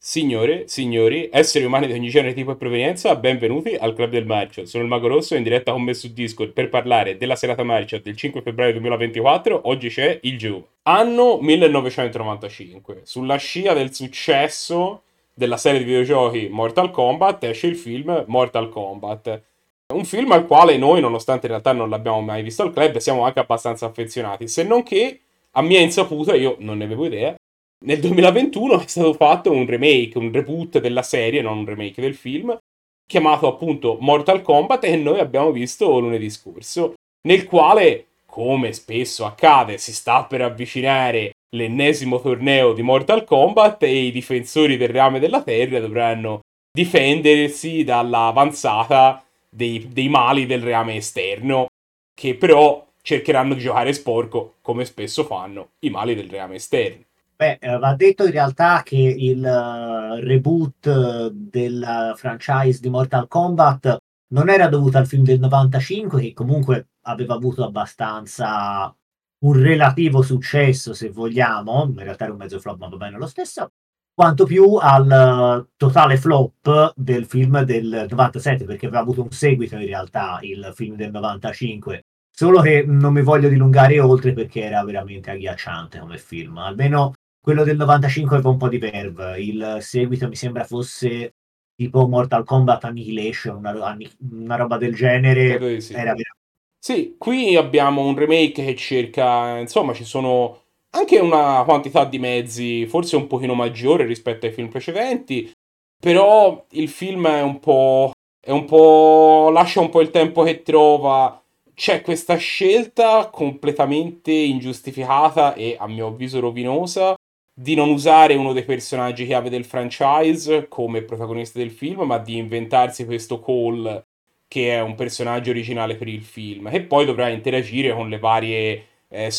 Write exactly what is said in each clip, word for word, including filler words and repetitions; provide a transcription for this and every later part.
Signore, signori, esseri umani di ogni genere, tipo e provenienza, benvenuti al Club del Marcio. Sono il Mago Rosso in diretta con me su Discord per parlare della serata Marcio del cinque febbraio duemilaventiquattro. Oggi c'è il Giove. Anno millenovecentonovantacinque. Sulla scia del successo della serie di videogiochi Mortal Kombat esce il film Mortal Kombat. Un film al quale noi, nonostante in realtà non l'abbiamo mai visto al club, siamo anche abbastanza affezionati. Se non che, a mia insaputa, io non ne avevo idea, nel duemilaventuno è stato fatto un remake, un reboot della serie, non un remake del film, chiamato appunto Mortal Kombat, e noi abbiamo visto lunedì scorso, nel quale, come spesso accade, si sta per avvicinare l'ennesimo torneo di Mortal Kombat e i difensori del rame della terra dovranno difendersi dall'avanzata dei, dei mali del reame esterno, che però cercheranno di giocare sporco, come spesso fanno i mali del reame esterno. Beh, eh, va detto in realtà che il uh, reboot uh, del franchise di Mortal Kombat non era dovuto al film del novantacinque, che comunque aveva avuto abbastanza un relativo successo, se vogliamo, in realtà era un mezzo flop, ma va bene lo stesso, quanto più al uh, totale flop del film del novantasette, perché aveva avuto un seguito in realtà il film del novantacinque. Solo che non mi voglio dilungare oltre perché era veramente agghiacciante come film. Almeno quello del novantacinque aveva un po' di verve. Il seguito mi sembra fosse tipo Mortal Kombat Annihilation, una, ro- una roba del genere. Credo di sì. Era veramente... Sì, qui abbiamo un remake che cerca, insomma, ci sono anche una quantità di mezzi forse un pochino maggiore rispetto ai film precedenti, però il film è un po', è un po', lascia un po' il tempo che trova. C'è questa scelta completamente ingiustificata e, a mio avviso, rovinosa di non usare uno dei personaggi chiave del franchise come protagonista del film, ma di inventarsi questo Cole, che è un personaggio originale per il film, e poi dovrà interagire con le varie eh,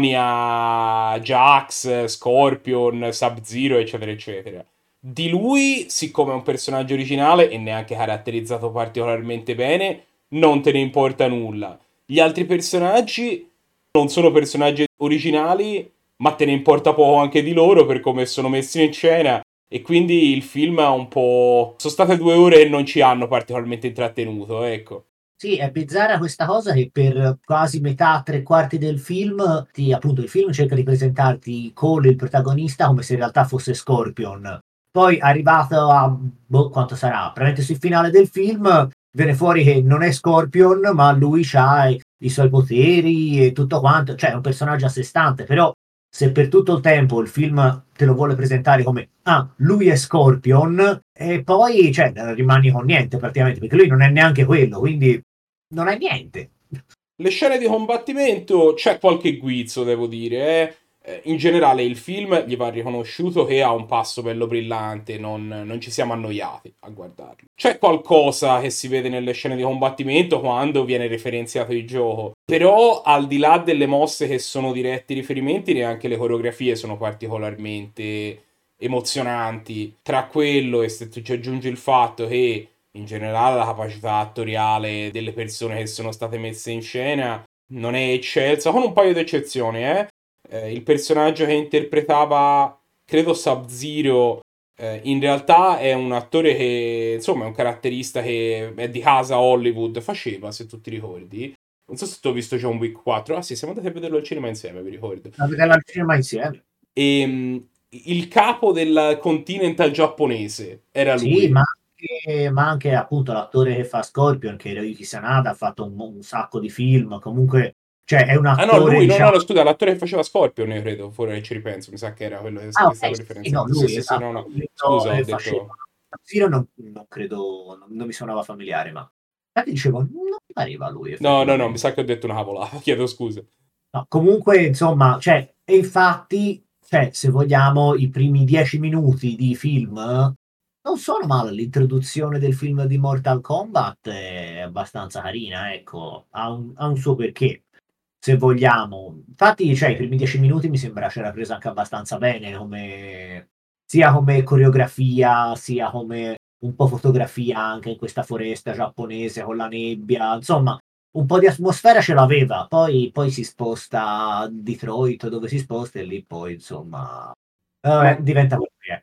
Sonya, Jax, Scorpion, Sub-Zero, eccetera, eccetera. Di lui, siccome è un personaggio originale e neanche caratterizzato particolarmente bene, non te ne importa nulla. Gli altri personaggi non sono personaggi originali, ma te ne importa poco anche di loro per come sono messi in scena, e quindi il film ha un po'... sono state due ore e non ci hanno particolarmente intrattenuto, ecco. Sì, è bizzarra questa cosa che per quasi metà, tre quarti del film, ti, appunto, il film cerca di presentarti Cole, il protagonista, come se in realtà fosse Scorpion. Poi, arrivato a, boh, quanto sarà, praticamente sul finale del film, viene fuori che non è Scorpion, ma lui ha i, i suoi poteri e tutto quanto, cioè è un personaggio a sé stante, però se per tutto il tempo il film te lo vuole presentare come ah, lui è Scorpion, e poi cioè, rimani con niente praticamente, perché lui non è neanche quello, quindi non è niente. Le scene di combattimento c'è qualche guizzo, devo dire. Eh. In generale il film gli va riconosciuto che ha un passo bello brillante, non, non ci siamo annoiati a guardarlo. C'è qualcosa che si vede nelle scene di combattimento quando viene referenziato il gioco, però al di là delle mosse che sono diretti riferimenti, neanche le coreografie sono particolarmente emozionanti. Tra quello, e se tu ci aggiungi il fatto che in generale la capacità attoriale delle persone che sono state messe in scena non è eccelsa, con un paio di eccezioni, eh. Eh, il personaggio che interpretava, credo Sub-Zero, eh, in realtà è un attore che, insomma, è un caratterista che è di casa Hollywood, faceva, se tu ti ricordi. Non so se tu hai visto John Wick quattro. Ah sì, siamo andati a vederlo al cinema insieme, vi ricordo. La vediamo al cinema insieme. E mh, il capo del continental giapponese era Sì, lui. ma anche, ma anche appunto l'attore che fa Scorpion, che è Ryuki Sanada, ha fatto un, un sacco di film, comunque, cioè è un Ah no, attore, lui, no, no, diciamo... no, scusa, l'attore che faceva Scorpion, io credo, ora che ci ripenso, mi sa che era quello che, Ah, che ok, stavo sì, sì, no, riferenziando. Sì, lui, sì, sì, no, esatto, no, lui scusa, ho eh, faceva... detto... Zero non, non credo, non, non mi suonava familiare, ma... Infatti dicevo, non mi pareva lui, No, no, no, mi effettivamente. sa che ho detto una cavolata, chiedo scusa. No, comunque, insomma, cioè, e infatti, cioè, se vogliamo, i primi dieci minuti di film non sono male. L'introduzione del film di Mortal Kombat è abbastanza carina, ecco, ha un, ha un suo perché, se vogliamo. Infatti, cioè, i primi dieci minuti mi sembra c'era presa anche abbastanza bene, come, sia come coreografia, sia come un po' fotografia anche in questa foresta giapponese con la nebbia, insomma un po' di atmosfera ce l'aveva, poi, poi si sposta a Detroit dove si sposta e lì poi insomma eh, Ma diventa quello che è.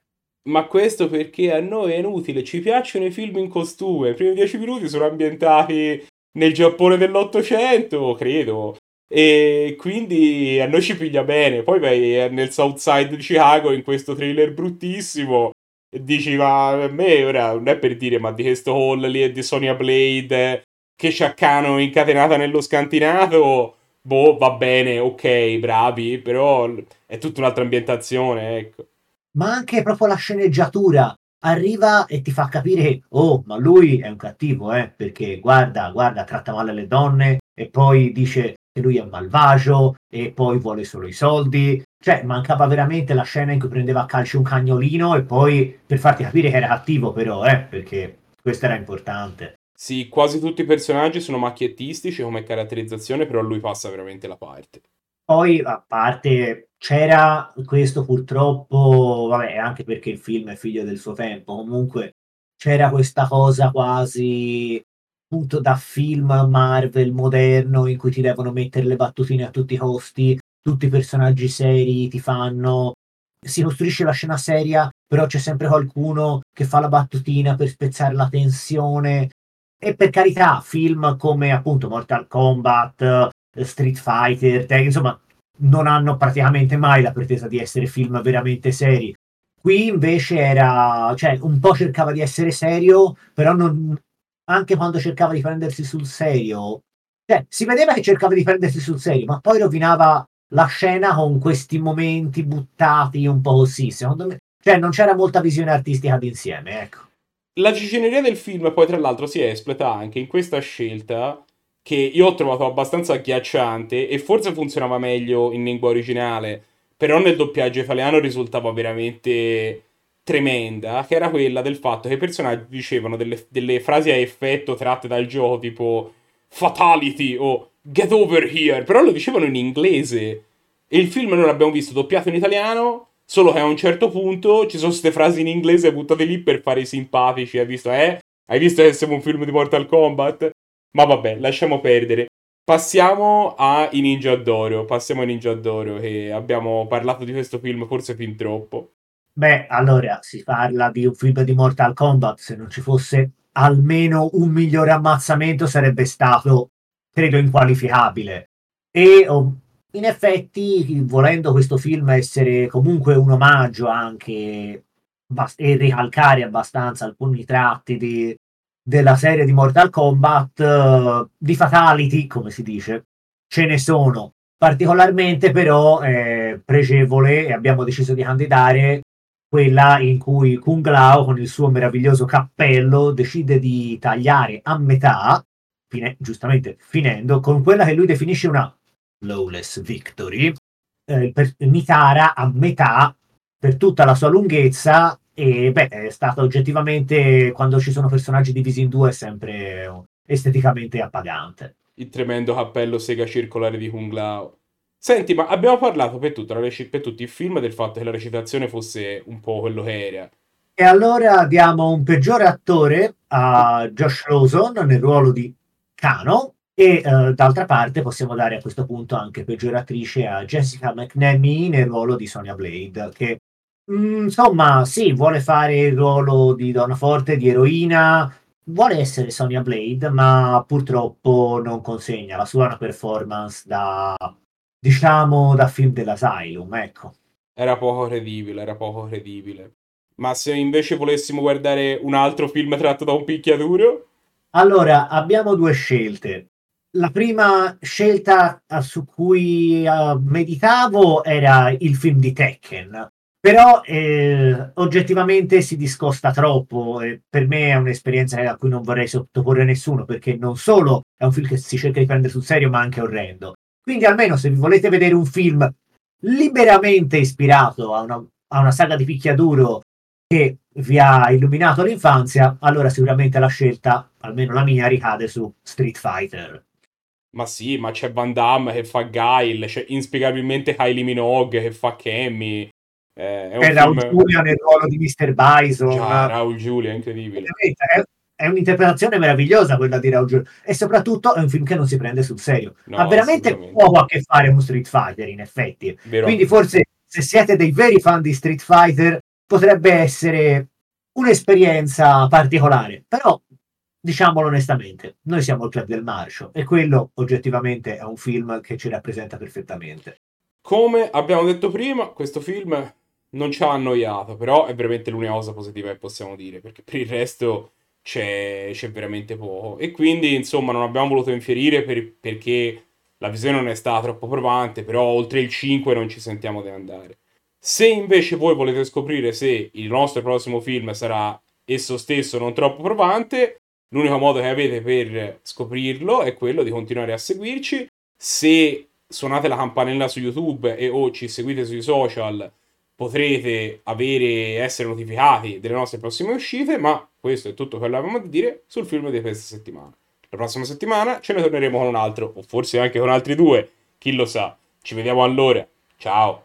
Ma questo perché a noi è inutile, ci piacciono i film in costume. I primi dieci minuti sono ambientati nel Giappone dell'Ottocento, credo. E quindi a noi ci piglia bene. Poi vai nel South Side di Chicago in questo trailer bruttissimo e dici, ma a me ora non è per dire, ma di questo Hall lì e di Sonya Blade che c'accano incatenata nello scantinato, boh, va bene, ok, bravi, però è tutta un'altra ambientazione, ecco. Ma anche proprio la sceneggiatura arriva e ti fa capire, oh, ma lui è un cattivo, eh, perché guarda, guarda, tratta male le donne e poi dice che lui è un malvagio e poi vuole solo i soldi. Cioè, mancava veramente la scena in cui prendeva a calci un cagnolino e poi per farti capire che era cattivo però, eh, perché questo era importante. Sì, quasi tutti i personaggi sono macchiettistici come caratterizzazione, però lui passa veramente la parte. Poi, a parte, c'era questo purtroppo, vabbè, anche perché il film è figlio del suo tempo, comunque c'era questa cosa quasi appunto da film Marvel moderno in cui ti devono mettere le battutine a tutti i costi, tutti i personaggi seri ti fanno, si costruisce la scena seria, però c'è sempre qualcuno che fa la battutina per spezzare la tensione. E per carità, film come appunto Mortal Kombat, Street Fighter, te, insomma, non hanno praticamente mai la pretesa di essere film veramente seri. Qui invece era, cioè, un po' cercava di essere serio, però non, anche quando cercava di prendersi sul serio, cioè, si vedeva che cercava di prendersi sul serio, ma poi rovinava la scena con questi momenti buttati un po' così, secondo me. Cioè, non c'era molta visione artistica d'insieme, ecco. La cicineria del film poi tra l'altro si espleta anche in questa scelta che io ho trovato abbastanza agghiacciante e forse funzionava meglio in lingua originale, però nel doppiaggio italiano risultava veramente tremenda, che era quella del fatto che i personaggi dicevano delle, delle frasi a effetto tratte dal gioco tipo Fatality o Get over here, però lo dicevano in inglese e il film noi l'abbiamo visto doppiato in italiano. Solo che a un certo punto ci sono queste frasi in inglese buttate lì per fare i simpatici. Hai visto, eh? Hai visto che siamo un film di Mortal Kombat? Ma vabbè, lasciamo perdere. Passiamo a I Ninja d'Oro. Passiamo a Ninja d'Oro, che abbiamo parlato di questo film forse fin troppo. Beh, allora si parla di un film di Mortal Kombat. Se non ci fosse almeno un migliore ammazzamento, sarebbe stato, credo, inqualificabile. E oh, in effetti, volendo questo film essere comunque un omaggio anche bast- e ricalcare abbastanza alcuni tratti di- della serie di Mortal Kombat, eh, di fatality, come si dice, ce ne sono. Particolarmente però eh, pregevole e abbiamo deciso di candidare quella in cui Kung Lao con il suo meraviglioso cappello decide di tagliare a metà, fine- giustamente finendo, con quella che lui definisce una flawless victory, eh, per Nitara a metà per tutta la sua lunghezza e beh, è stata oggettivamente, quando ci sono personaggi divisi in due, è sempre esteticamente appagante. Il tremendo cappello sega circolare di Kung Lao. Senti, ma abbiamo parlato per, tutta la rec- per tutti i film del fatto che la recitazione fosse un po' quello che era. E allora diamo un peggiore attore a Josh Lawson nel ruolo di Kano e eh, d'altra parte possiamo dare a questo punto anche peggiore attrice a Jessica McNamee nel ruolo di Sonya Blade che mh, insomma sì, vuole fare il ruolo di donna forte, di eroina, vuole essere Sonya Blade ma purtroppo non consegna la sua una performance da diciamo da film dell'Asylum, ecco. Era poco credibile, era poco credibile. Ma se invece volessimo guardare un altro film tratto da un picchiaduro? Allora, abbiamo due scelte. La prima scelta eh, su cui eh, meditavo era il film di Tekken, però eh, oggettivamente si discosta troppo e per me è un'esperienza a cui non vorrei sottoporre nessuno perché non solo è un film che si cerca di prendere sul serio ma anche orrendo. Quindi almeno se vi volete vedere un film liberamente ispirato a una, a una saga di picchiaduro che vi ha illuminato l'infanzia, allora sicuramente la scelta, almeno la mia, ricade su Street Fighter. Ma sì, ma c'è Van Damme che fa Guile, c'è inspiegabilmente Kylie Minogue che fa Cammy. Eh, è un C'è Raul film... Julia nel ruolo di mister Già, Bison. Raul Julia, incredibile. È, è un'interpretazione meravigliosa quella di Raul Julia e soprattutto è un film che non si prende sul serio. Ha No, veramente assolutamente. poco a che fare con Street Fighter, in effetti. Vero? Quindi forse se siete dei veri fan di Street Fighter potrebbe essere un'esperienza particolare, però diciamolo onestamente, noi siamo il Club del Marcio e quello oggettivamente è un film che ci rappresenta perfettamente. Come abbiamo detto prima, questo film non ci ha annoiato, però è veramente l'unica cosa positiva che possiamo dire, perché per il resto c'è, c'è veramente poco. E quindi, insomma, non abbiamo voluto infierire per- perché la visione non è stata troppo provante, però oltre il cinque non ci sentiamo di andare. Se invece voi volete scoprire se il nostro prossimo film sarà esso stesso non troppo provante, l'unico modo che avete per scoprirlo è quello di continuare a seguirci. Se suonate la campanella su YouTube e o ci seguite sui social, potrete avere, essere notificati delle nostre prossime uscite, ma questo è tutto quello che avevamo da dire sul film di questa settimana. La prossima settimana ce ne torneremo con un altro, o forse anche con altri due, chi lo sa. Ci vediamo allora. Ciao!